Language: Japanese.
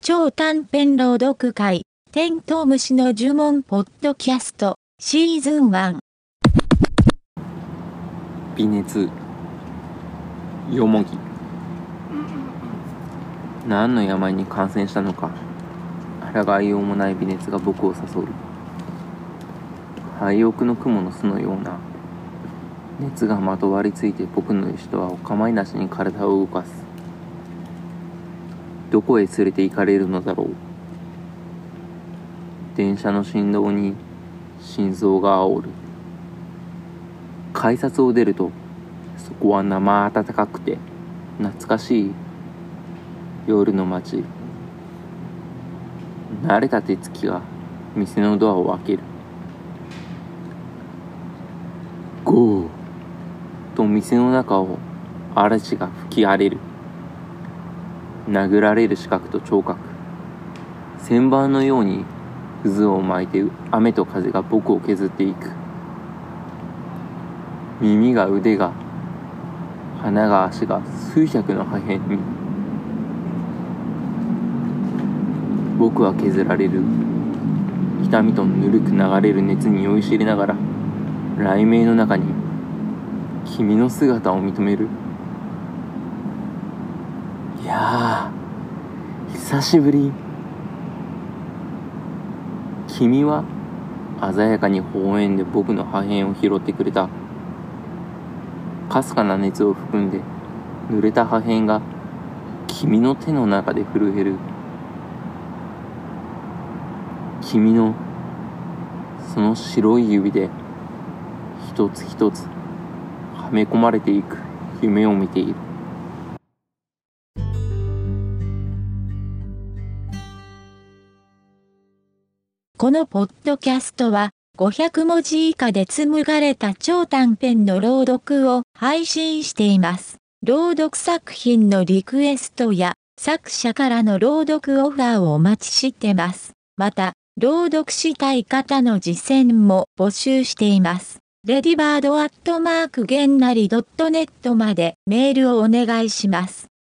超短編朗読会、テントウムシの呪文ポッドキャスト、シーズン1。 微熱、よもぎ。何の病に感染したのか、抗いようもない微熱が僕を誘う。廃屋の雲の巣のような熱がまとわりついて僕の意志とはお構いなしに体を動かす。どこへ連れて行かれるのだろう。電車の振動に心臓が煽る。改札を出ると、そこは生暖かくて懐かしい夜の街。慣れた手つきが店のドアを開ける。ゴーと店の中を嵐が吹き荒れる。殴られる視覚と聴覚、旋盤のように渦を巻いて雨と風が僕を削っていく。耳が腕が鼻が足が数百の破片に僕は削られる。痛みとぬるく流れる熱に酔いしれながら雷鳴の中に君の姿を認める。いやー、久しぶり。君は鮮やかに微笑んで僕の破片を拾ってくれた。かすかな熱を含んで濡れた破片が君の手の中で震える。君のその白い指で一つ一つはめ込まれていく夢を見ている。 このポッドキャストは500文字以下で紡がれた超短編の朗読を配信しています。朗読作品のリクエストや作者からの朗読オファーをお待ちしてます。また、朗読したい方の実践も募集しています。redbird@gennari.net までメールをお願いします。